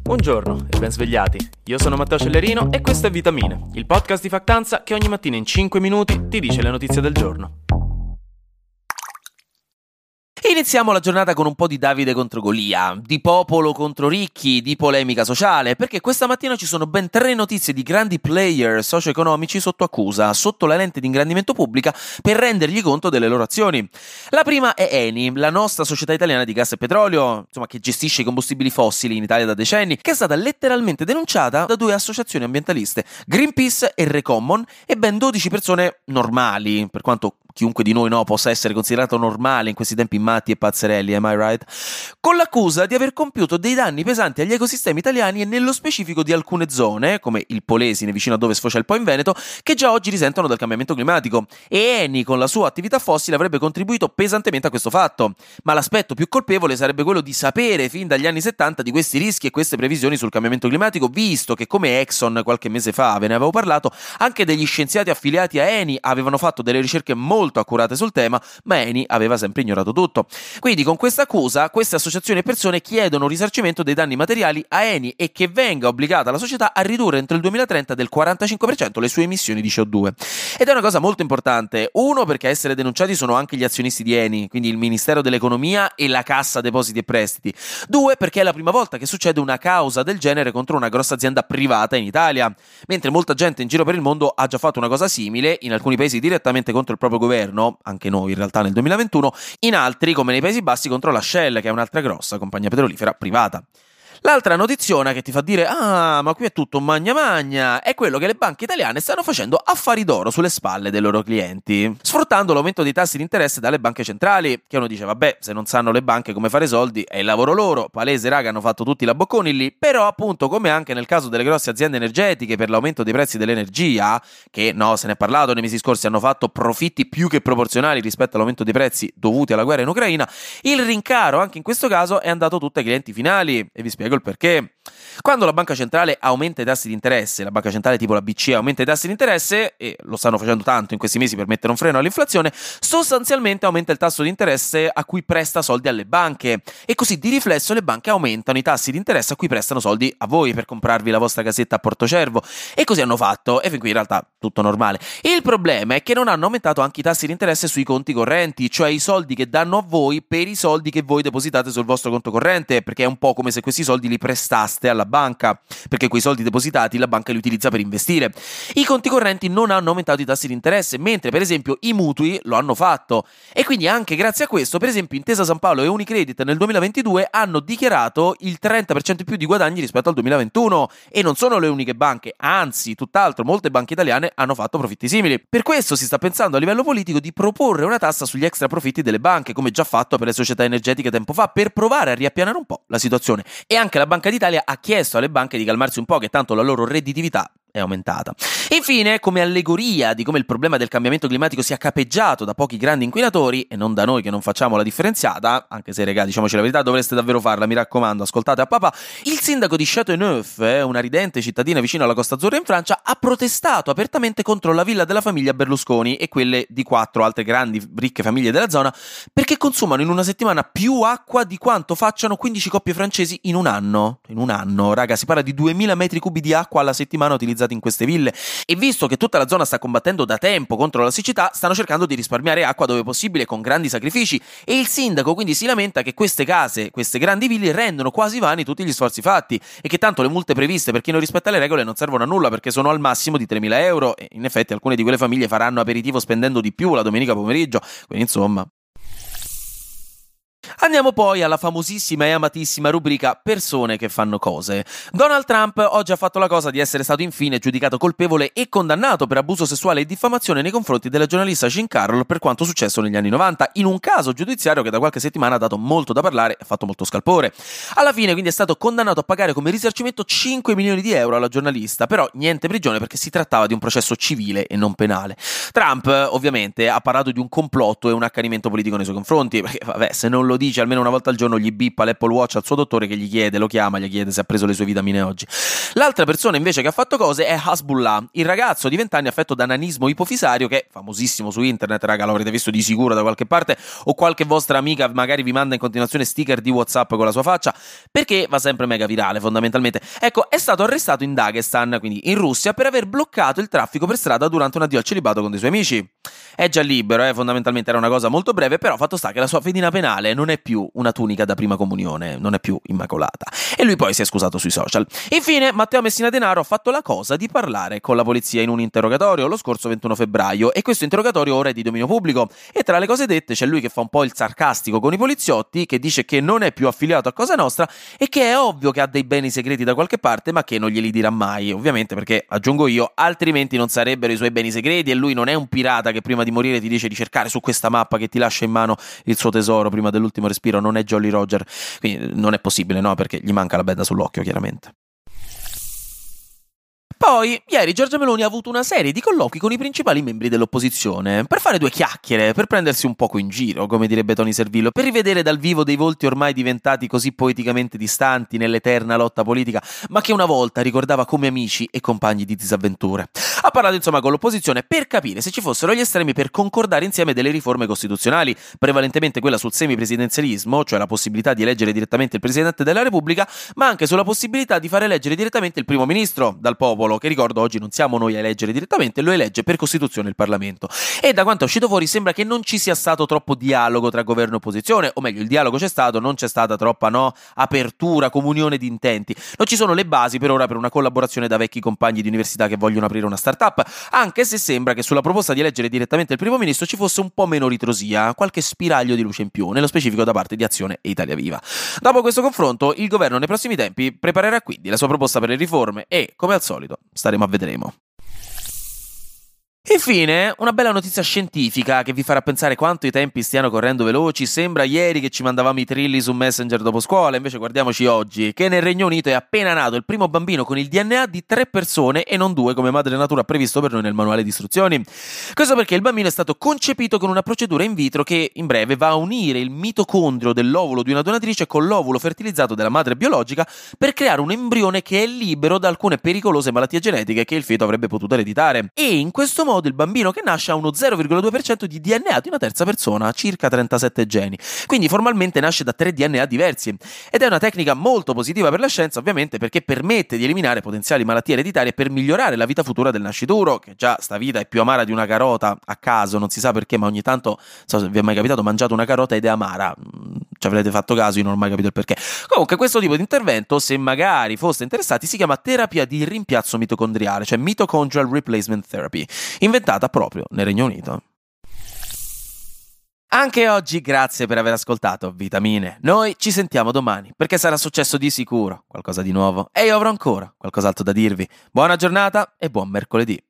Buongiorno e ben svegliati. Io sono Matteo Cellerino e questo è Vitamine, il podcast di Factanza che ogni mattina in 5 minuti ti dice le notizie del giorno. Iniziamo la giornata con un po' di Davide contro Golia, di popolo contro ricchi, di polemica sociale, perché questa mattina ci sono ben 3 notizie di grandi player socio-economici sotto accusa, sotto la lente di ingrandimento pubblica, per rendergli conto delle loro azioni. La prima è Eni, la nostra società italiana di gas e petrolio, che gestisce i combustibili fossili in Italia da decenni, che è stata letteralmente denunciata da 2 associazioni ambientaliste, Greenpeace e Recommon, e ben 12 persone normali, per quanto chiunque di noi possa essere considerato normale in questi tempi matti e pazzerelli, am I right? Con l'accusa di aver compiuto dei danni pesanti agli ecosistemi italiani e nello specifico di alcune zone, come il Polesine, vicino a dove sfocia il Po in Veneto, che già oggi risentono del cambiamento climatico. E Eni, con la sua attività fossile, avrebbe contribuito pesantemente a questo fatto. Ma l'aspetto più colpevole sarebbe quello di sapere fin dagli anni 70 di questi rischi e queste previsioni sul cambiamento climatico, visto che, come Exxon qualche mese fa ve ne avevo parlato, anche degli scienziati affiliati a Eni avevano fatto delle ricerche molto accurate sul tema, ma Eni aveva sempre ignorato tutto. Quindi con questa accusa queste associazioni e persone chiedono un risarcimento dei danni materiali a Eni e che venga obbligata la società a ridurre entro il 2030 del 45% le sue emissioni di CO2. Ed è una cosa molto importante, uno perché a essere denunciati sono anche gli azionisti di Eni, quindi il Ministero dell'Economia e la Cassa Depositi e Prestiti, 2 perché è la prima volta che succede una causa del genere contro una grossa azienda privata in Italia, mentre molta gente in giro per il mondo ha già fatto una cosa simile, in alcuni paesi direttamente contro il proprio governo, anche noi in realtà nel 2021, in altri come nei Paesi Bassi contro la Shell, che è un'altra grossa compagnia petrolifera privata. L'altra notiziona che ti fa dire ma qui è tutto magna magna è quello che le banche italiane stanno facendo affari d'oro sulle spalle dei loro clienti, sfruttando l'aumento dei tassi di interesse dalle banche centrali, che uno dice vabbè, se non sanno le banche come fare soldi è il lavoro loro, palese raga, hanno fatto tutti la bocconi lì, però appunto come anche nel caso delle grosse aziende energetiche per l'aumento dei prezzi dell'energia, che se ne è parlato nei mesi scorsi, hanno fatto profitti più che proporzionali rispetto all'aumento dei prezzi dovuti alla guerra in Ucraina, il rincaro anche in questo caso è andato tutto ai clienti finali, e vi spiego il perché. Quando la banca centrale aumenta i tassi di interesse, la banca centrale tipo la BCE aumenta i tassi di interesse, e lo stanno facendo tanto in questi mesi per mettere un freno all'inflazione, sostanzialmente aumenta il tasso di interesse a cui presta soldi alle banche, e così di riflesso le banche aumentano i tassi di interesse a cui prestano soldi a voi per comprarvi la vostra casetta a Portocervo, e così hanno fatto, e fin qui in realtà tutto normale. Il problema è che non hanno aumentato anche i tassi di interesse sui conti correnti, cioè i soldi che danno a voi per i soldi che voi depositate sul vostro conto corrente, perché è un po' come se questi soldi li prestaste alla banca, perché quei soldi depositati la banca li utilizza per investire. I conti correnti non hanno aumentato i tassi di interesse, mentre per esempio i mutui lo hanno fatto, e quindi anche grazie a questo per esempio Intesa Sanpaolo e Unicredit nel 2022 hanno dichiarato il 30% in più di guadagni rispetto al 2021, e non sono le uniche banche, anzi tutt'altro, molte banche italiane hanno fatto profitti simili. Per questo si sta pensando a livello politico di proporre una tassa sugli extra profitti delle banche, come già fatto per le società energetiche tempo fa, per provare a riappianare un po' la situazione. E anche la Banca d'Italia ha chiesto alle banche di calmarsi un po', che tanto la loro redditività è aumentata. Infine, come allegoria di come il problema del cambiamento climatico sia capeggiato da pochi grandi inquinatori e non da noi che non facciamo la differenziata, anche se raga, diciamoci la verità, dovreste davvero farla, mi raccomando, ascoltate a papà, il sindaco di Châteauneuf, una ridente cittadina vicino alla Costa Azzurra in Francia, ha protestato apertamente contro la villa della famiglia Berlusconi e quelle di 4 altre grandi ricche famiglie della zona, perché consumano in una settimana più acqua di quanto facciano 15 coppie francesi in un anno. In un anno, raga, si parla di 2000 metri cubi di acqua alla settimana utilizzati in queste ville, e visto che tutta la zona sta combattendo da tempo contro la siccità, stanno cercando di risparmiare acqua dove possibile con grandi sacrifici, e il sindaco quindi si lamenta che queste case, queste grandi ville rendono quasi vani tutti gli sforzi fatti, e che tanto le multe previste per chi non rispetta le regole non servono a nulla perché sono al massimo di 3.000 euro, e in effetti alcune di quelle famiglie faranno aperitivo spendendo di più la domenica pomeriggio, quindi insomma. Andiamo poi alla famosissima e amatissima rubrica persone che fanno cose. Donald Trump oggi ha fatto la cosa di essere stato infine giudicato colpevole e condannato per abuso sessuale e diffamazione nei confronti della giornalista Jean Carroll per quanto successo negli anni 90, in un caso giudiziario che da qualche settimana ha dato molto da parlare e ha fatto molto scalpore. Alla fine quindi è stato condannato a pagare come risarcimento 5 milioni di euro alla giornalista, però niente prigione perché si trattava di un processo civile e non penale. Trump ovviamente ha parlato di un complotto e un accanimento politico nei suoi confronti, perché vabbè, se non lo dice almeno una volta al giorno, gli bippa l'Apple Watch al suo dottore che gli chiede se ha preso le sue vitamine oggi. L'altra persona invece che ha fatto cose è Hasbullah, il ragazzo di 20 anni affetto da nanismo ipofisario che è famosissimo su internet, raga, lo avrete visto di sicuro da qualche parte, o qualche vostra amica magari vi manda in continuazione sticker di WhatsApp con la sua faccia, perché va sempre mega virale fondamentalmente. Ecco, è stato arrestato in Dagestan, quindi in Russia, per aver bloccato il traffico per strada durante un addio al celibato con dei suoi amici. È già libero, fondamentalmente era una cosa molto breve, però fatto sta che la sua fedina penale non è più una tunica da prima comunione, non è più immacolata. E lui poi si è scusato sui social. Infine, Matteo Messina Denaro ha fatto la cosa di parlare con la polizia in un interrogatorio lo scorso 21 febbraio, e questo interrogatorio ora è di dominio pubblico, e tra le cose dette c'è lui che fa un po' il sarcastico con i poliziotti, che dice che non è più affiliato a Cosa Nostra e che è ovvio che ha dei beni segreti da qualche parte, ma che non glieli dirà mai, ovviamente, perché, aggiungo io, altrimenti non sarebbero i suoi beni segreti, e lui non è un pirata che prima di morire ti dice di cercare su questa mappa che ti lascia in mano il suo tesoro prima dell'ultimo respiro, non è Jolly Roger, quindi non è possibile, no? Perché gli manca la benda sull'occhio, chiaramente. Poi, ieri Giorgia Meloni ha avuto una serie di colloqui con i principali membri dell'opposizione per fare due chiacchiere, per prendersi un poco in giro, come direbbe Tony Servillo, per rivedere dal vivo dei volti ormai diventati così poeticamente distanti nell'eterna lotta politica, ma che una volta ricordava come amici e compagni di disavventure. Ha parlato insomma con l'opposizione per capire se ci fossero gli estremi per concordare insieme delle riforme costituzionali, prevalentemente quella sul semipresidenzialismo, cioè la possibilità di eleggere direttamente il Presidente della Repubblica, ma anche sulla possibilità di far eleggere direttamente il Primo Ministro dal popolo, che ricordo oggi non siamo noi a eleggere direttamente, lo elegge per Costituzione il Parlamento. E da quanto è uscito fuori sembra che non ci sia stato troppo dialogo tra governo e opposizione, o meglio, il dialogo c'è stato, non c'è stata troppa apertura, comunione di intenti. Non ci sono le basi per ora per una collaborazione da vecchi compagni di università che vogliono aprire una startup, anche se sembra che sulla proposta di eleggere direttamente il Primo Ministro ci fosse un po' meno ritrosia, qualche spiraglio di luce in più, nello specifico da parte di Azione e Italia Viva. Dopo questo confronto, il governo nei prossimi tempi preparerà quindi la sua proposta per le riforme e, come al solito, staremo a vedremo. Infine, una bella notizia scientifica che vi farà pensare quanto i tempi stiano correndo veloci. Sembra ieri che ci mandavamo i trilli su Messenger dopo scuola, invece guardiamoci oggi, che nel Regno Unito è appena nato il primo bambino con il DNA di 3 persone e non 2 come madre natura ha previsto per noi nel manuale di istruzioni. Questo perché il bambino è stato concepito con una procedura in vitro che in breve va a unire il mitocondrio dell'ovulo di una donatrice con l'ovulo fertilizzato della madre biologica per creare un embrione che è libero da alcune pericolose malattie genetiche che il feto avrebbe potuto ereditare. E in questo modo il bambino che nasce ha uno 0,2% di DNA di una terza persona, circa 37 geni. Quindi formalmente nasce da 3 DNA diversi. Ed è una tecnica molto positiva per la scienza, ovviamente, perché permette di eliminare potenziali malattie ereditarie per migliorare la vita futura del nascituro, che già sta vita è più amara di una carota, a caso, non si sa perché, ma ogni tanto, non so se vi è mai capitato, mangiate una carota ed è amara. Ci avrete fatto caso, io non ho mai capito il perché. Comunque questo tipo di intervento, se magari foste interessati, si chiama terapia di rimpiazzo mitocondriale, cioè Mitochondrial Replacement Therapy, inventata proprio nel Regno Unito. Anche oggi grazie per aver ascoltato Vitamine. Noi ci sentiamo domani, perché sarà successo di sicuro qualcosa di nuovo e io avrò ancora qualcos'altro da dirvi. Buona giornata e buon mercoledì.